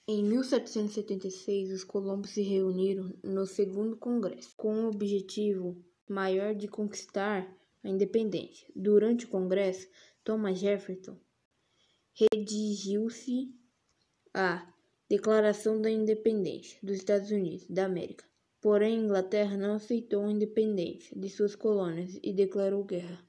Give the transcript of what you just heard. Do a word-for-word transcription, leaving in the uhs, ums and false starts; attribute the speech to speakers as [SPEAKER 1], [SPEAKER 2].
[SPEAKER 1] Em mil setecentos e setenta e seis, os colonos se reuniram no Segundo Congresso, com o objetivo maior de conquistar a independência. Durante o Congresso, Thomas Jefferson redigiu-se a Declaração da Independência dos Estados Unidos da América. Porém, a Inglaterra não aceitou a independência de suas colônias e declarou guerra.